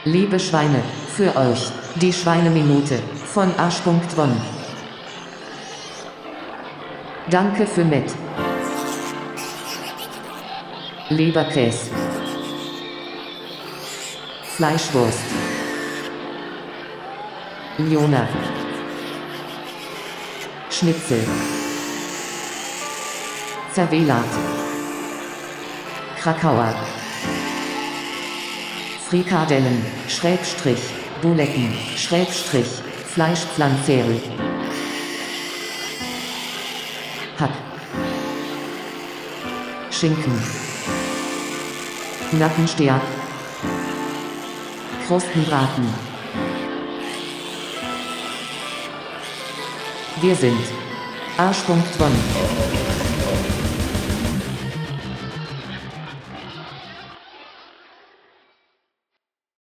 Liebe Schweine, für euch, die Schweineminute, von Arsch.one. Danke für mit. Leberkäse. Fleischwurst. Jona. Schnitzel. Zervelat. Krakauer. Frikadellen, Schrägstrich, Buletten, Schrägstrich, Fleischpflanzerl. Hack. Schinken. Nackensteak. Krustenbraten. Wir sind Arsch.one.